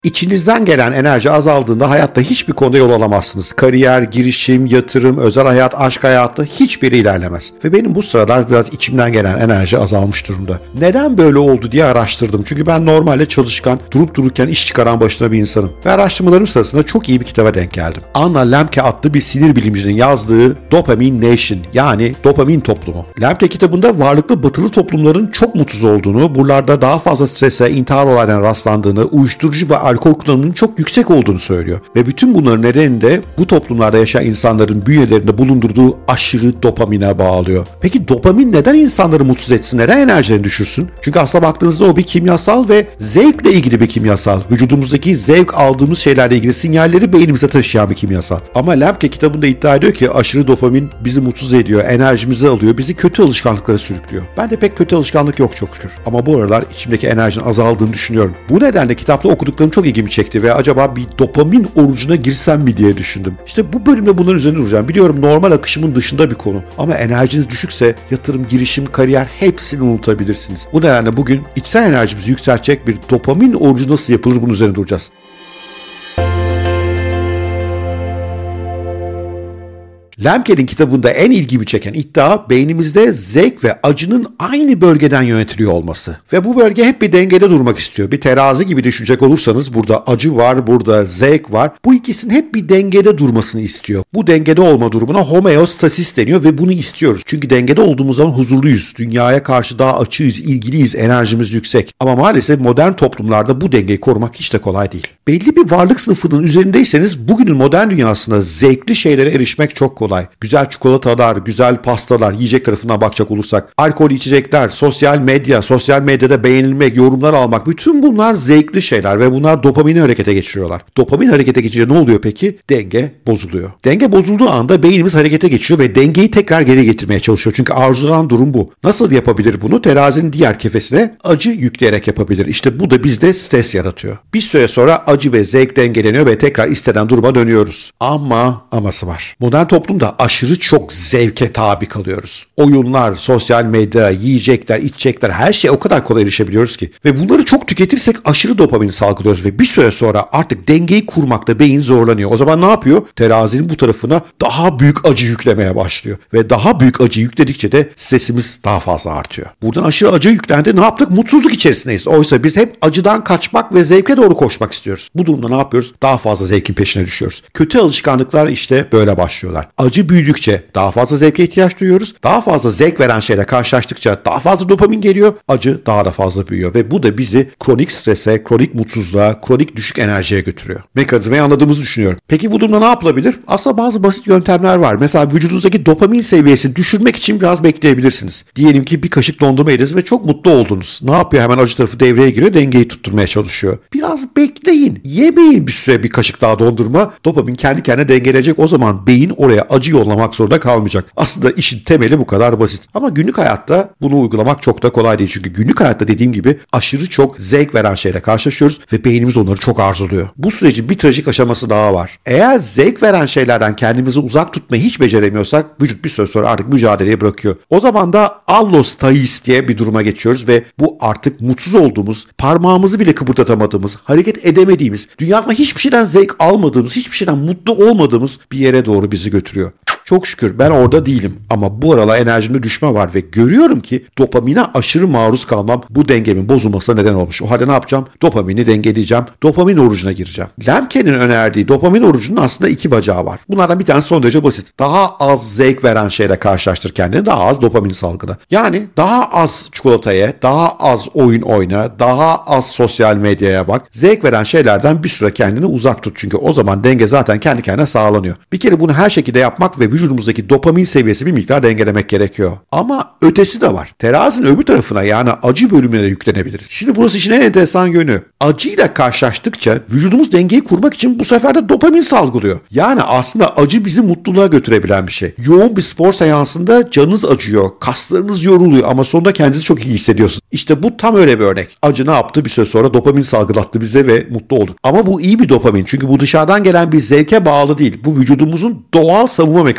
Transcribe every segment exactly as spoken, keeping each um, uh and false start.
İçinizden gelen enerji azaldığında hayatta hiçbir konuda yol alamazsınız. Kariyer, girişim, yatırım, özel hayat, aşk hayatı hiçbiri ilerlemez. Ve benim bu sıralar biraz içimden gelen enerji azalmış durumda. Neden böyle oldu diye araştırdım. Çünkü ben normalde çalışkan, durup dururken iş çıkaran başına bir insanım. Ve araştırmalarım sırasında çok iyi bir kitaba denk geldim. Anna Lemke adlı bir sinir bilimcinin yazdığı Dopamine Nation, yani dopamin toplumu. Lemke kitabında varlıklı batılı toplumların çok mutsuz olduğunu, buralarda daha fazla strese, intihar olaylarına rastlandığını, uyuşturucu ve alkol kullanımının çok yüksek olduğunu söylüyor. Ve bütün bunların nedeni de bu toplumlarda yaşayan insanların bünyelerinde bulundurduğu aşırı dopamine bağlıyor. Peki dopamin neden insanları mutsuz etsin? Neden enerjilerini düşürsün? Çünkü aslına baktığınızda o bir kimyasal ve zevkle ilgili bir kimyasal. Vücudumuzdaki zevk aldığımız şeylerle ilgili sinyalleri beynimize taşıyan bir kimyasal. Ama Lemke kitabında iddia ediyor ki aşırı dopamin bizi mutsuz ediyor, enerjimizi alıyor, bizi kötü alışkanlıklara sürüklüyor. Ben de pek kötü alışkanlık yok çok şükür. Ama bu aralar içimdeki enerjinin azaldığını düşünüyorum. Bu nedenle kitapta okuduklarım çok ilgimi çekti ve acaba bir dopamin orucuna girsem mi diye düşündüm. İşte bu bölümde bunların üzerine duracağım. Biliyorum normal akışımın dışında bir konu. Ama enerjiniz düşükse yatırım, girişim, kariyer hepsini unutabilirsiniz. Bu nedenle bugün içsel enerjimizi yükseltecek bir dopamin orucu nasıl yapılır bunun üzerine duracağız. Lemke'nin kitabında en ilgimi çeken iddia beynimizde zevk ve acının aynı bölgeden yönetiliyor olması. Ve bu bölge hep bir dengede durmak istiyor. Bir terazi gibi düşünecek olursanız burada acı var, burada zevk var. Bu ikisinin hep bir dengede durmasını istiyor. Bu dengede olma durumuna homeostasis deniyor ve bunu istiyoruz. Çünkü dengede olduğumuz zaman huzurluyuz. Dünyaya karşı daha açığız, ilgiliyiz, enerjimiz yüksek. Ama maalesef modern toplumlarda bu dengeyi korumak hiç de kolay değil. Belli bir varlık sınıfının üzerindeyseniz bugünün modern dünyasında zevkli şeylere erişmek çok kolay. Güzel çikolatalar, güzel pastalar, yiyecek tarafından bakacak olursak, alkol içecekler, sosyal medya, sosyal medyada beğenilmek, yorumlar almak, bütün bunlar zevkli şeyler ve bunlar dopamini harekete geçiriyorlar. Dopamin harekete geçince ne oluyor peki? Denge bozuluyor. Denge bozulduğu anda beynimiz harekete geçiyor ve dengeyi tekrar geri getirmeye çalışıyor. Çünkü arzulanan durum bu. Nasıl yapabilir bunu? Terazinin diğer kefesine acı yükleyerek yapabilir. İşte bu da bizde stres yaratıyor. Bir süre sonra acı ve zevk dengeleniyor ve tekrar istenen duruma dönüyoruz. Ama aması var. Modern toplum da aşırı çok zevke tabi kalıyoruz. Oyunlar, sosyal medya, yiyecekler, içecekler, her şeye o kadar kolay erişebiliyoruz ki. Ve bunları çok tüketirsek aşırı dopamini salgılıyoruz ve bir süre sonra artık dengeyi kurmakta beyin zorlanıyor. O zaman ne yapıyor? Terazinin bu tarafına daha büyük acı yüklemeye başlıyor. Ve daha büyük acı yükledikçe de stresimiz daha fazla artıyor. Buradan aşırı acı yüklendi. Ne yaptık? Mutsuzluk içerisindeyiz. Oysa biz hep acıdan kaçmak ve zevke doğru koşmak istiyoruz. Bu durumda ne yapıyoruz? Daha fazla zevkin peşine düşüyoruz. Kötü alışkanlıklar işte böyle başlıyorlar. Acı büyüdükçe daha fazla zevke ihtiyaç duyuyoruz. Daha fazla zevk veren şeyle karşılaştıkça daha fazla dopamin geliyor. Acı daha da fazla büyüyor ve bu da bizi kronik strese, kronik mutsuzluğa, kronik düşük enerjiye götürüyor. Mekanizmayı anladığımızı düşünüyorum. Peki bu durumda ne yapılabilir? Aslında bazı basit yöntemler var. Mesela vücudunuzdaki dopamin seviyesini düşürmek için biraz bekleyebilirsiniz. Diyelim ki bir kaşık dondurma yediniz ve çok mutlu oldunuz. Ne yapıyor? Hemen acı tarafı devreye giriyor. Dengeyi tutturmaya çalışıyor. Biraz bekleyin. Yemeyin bir süre bir kaşık daha dondurma. Dopamin kendi kendine dengeleyecek. O zaman beyin oraya acı yollamak zorunda kalmayacak. Aslında işin temeli bu kadar basit. Ama günlük hayatta bunu uygulamak çok da kolay değil. Çünkü günlük hayatta dediğim gibi aşırı çok zevk veren şeyle karşılaşıyoruz ve beynimiz onları çok arzuluyor. Bu sürecin bir trajik aşaması daha var. Eğer zevk veren şeylerden kendimizi uzak tutmayı hiç beceremiyorsak vücut bir süre sonra artık mücadeleye bırakıyor. O zaman da allostasis diye bir duruma geçiyoruz ve bu artık mutsuz olduğumuz, parmağımızı bile kıpırdatamadığımız, hareket edemediğimiz, dünyada hiçbir şeyden zevk almadığımız, hiçbir şeyden mutlu olmadığımız bir yere doğru bizi götürüyor. Çok şükür ben orada değilim ama bu aralar enerjimde düşme var ve görüyorum ki dopamine aşırı maruz kalmam bu dengemin bozulmasına neden olmuş. O halde ne yapacağım? Dopamini dengeleyeceğim. Dopamin orucuna gireceğim. Lemke'nin önerdiği dopamin orucunun aslında iki bacağı var. Bunlardan bir tanesi son derece basit. Daha az zevk veren şeyle karşılaştır kendini. Daha az dopamin salgıla. Yani daha az çikolataya, daha az oyun oyna, daha az sosyal medyaya bak. Zevk veren şeylerden bir süre kendini uzak tut. Çünkü o zaman denge zaten kendi kendine sağlanıyor. Bir kere bunu her şekilde yapmak ve vücudumuzdaki dopamin seviyesi bir miktar dengelemek gerekiyor. Ama ötesi de var. Terazinin öbür tarafına yani acı bölümüne de yüklenebiliriz. Şimdi burası işin en enteresan yönü. Acıyla karşılaştıkça vücudumuz dengeyi kurmak için bu sefer de dopamin salgılıyor. Yani aslında acı bizi mutluluğa götürebilen bir şey. Yoğun bir spor seansında canınız acıyor, kaslarınız yoruluyor ama sonunda kendinizi çok iyi hissediyorsunuz. İşte bu tam öyle bir örnek. Acı ne yaptı? Bir süre sonra dopamin salgılattı bize ve mutlu olduk. Ama bu iyi bir dopamin çünkü bu dışarıdan gelen bir zevke bağlı değil. Bu vücudumuzun doğal savunma mekanizması.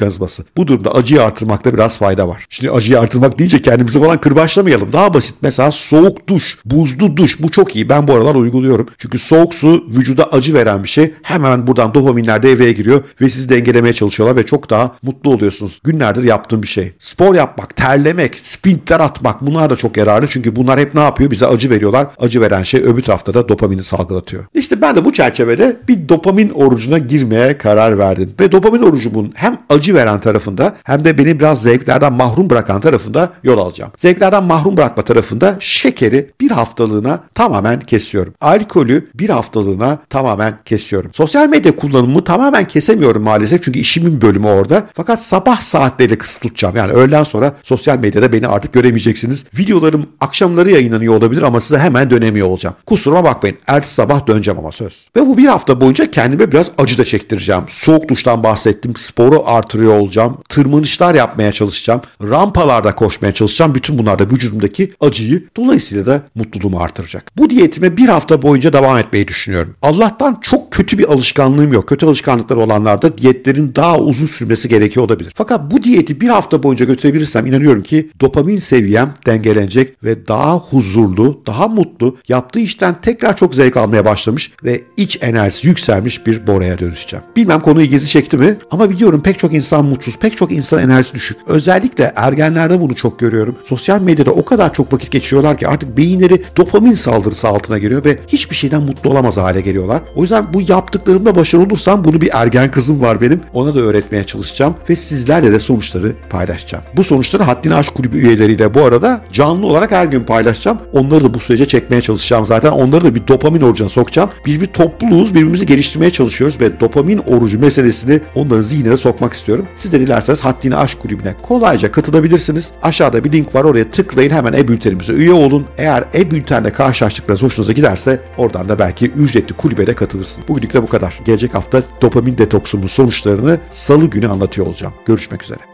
mekanizması. Bu durumda acıyı artırmakta biraz fayda var. Şimdi acıyı artırmak deyince kendimizi falan kırbaçlamayalım. Daha basit. Mesela soğuk duş, buzlu duş. Bu çok iyi. Ben bu aralar uyguluyorum. Çünkü soğuk su vücuda acı veren bir şey. Hemen buradan dopaminler devreye giriyor ve sizi dengelemeye çalışıyorlar ve çok daha mutlu oluyorsunuz. Günlerdir yaptığım bir şey. Spor yapmak, terlemek, sprintler atmak, bunlar da çok yararlı. Çünkü bunlar hep ne yapıyor? Bize acı veriyorlar. Acı veren şey öbür tarafta da dopamini salgılatıyor. İşte ben de bu çerçevede bir dopamin orucuna girmeye karar verdim. Ve dopamin orucumun hem acı veren tarafında hem de beni biraz zevklerden mahrum bırakan tarafında yol alacağım. Zevklerden mahrum bırakma tarafında şekeri bir haftalığına tamamen kesiyorum. Alkolü bir haftalığına tamamen kesiyorum. Sosyal medya kullanımımı tamamen kesemiyorum maalesef çünkü işimin bölümü orada. Fakat sabah saatleriyle kısıt tutacağım. Yani öğleden sonra sosyal medyada beni artık göremeyeceksiniz. Videolarım akşamları yayınlanıyor olabilir ama size hemen dönemiyor olacağım. Kusuruma bakmayın. Ertesi sabah döneceğim ama söz. Ve bu bir hafta boyunca kendime biraz acı da çektireceğim. Soğuk duştan bahsettim. Sporu artırıyor olacağım. Tırmanışlar yapmaya çalışacağım. Rampalarda koşmaya çalışacağım. Bütün bunlar da vücudumdaki acıyı, dolayısıyla da mutluluğumu artıracak. Bu diyetime bir hafta boyunca devam etmeyi düşünüyorum. Allah'tan çok kötü bir alışkanlığım yok. Kötü alışkanlıklar olanlarda diyetlerin daha uzun sürmesi gerekiyor olabilir. Fakat bu diyeti bir hafta boyunca götürebilirsem inanıyorum ki dopamin seviyem dengelenecek ve daha huzurlu, daha mutlu, yaptığı işten tekrar çok zevk almaya başlamış ve iç enerjisi yükselmiş bir Bora'ya dönüşeceğim. Bilmem konu ilginizi çekti mi? Ama biliyorum pek çok insan mutsuz, pek çok insan enerjisi düşük. Özellikle ergenlerde bunu çok görüyorum. Sosyal medyada o kadar çok vakit geçiriyorlar ki artık beyinleri dopamin saldırısı altına giriyor ve hiçbir şeyden mutlu olamaz hale geliyorlar. O yüzden bu yaptıklarımda başarılı olursam bunu bir ergen kızım var benim. Ona da öğretmeye çalışacağım ve sizlerle de sonuçları paylaşacağım. Bu sonuçları Haddini Aşk Kulübü üyeleriyle bu arada canlı olarak her gün paylaşacağım. Onları da bu sürece çekmeye çalışacağım zaten. Onları da bir dopamin orucuna sokacağım. Biz bir topluluğuz, birbirimizi geliştirmeye çalışıyoruz ve dopamin orucu meselesini onların zihnine sokmak istiyorum. Siz de dilerseniz Haddini Aşk Kulübü'ne kolayca katılabilirsiniz. Aşağıda bir link var, oraya tıklayın, hemen e-bültenimize üye olun. Eğer e-bültenle karşılaştıklarınız hoşunuza giderse oradan da belki ücretli kulübe de katılırsınız. Bugünlük de bu kadar. Gelecek hafta dopamin detoksumun sonuçlarını salı günü anlatıyor olacağım. Görüşmek üzere.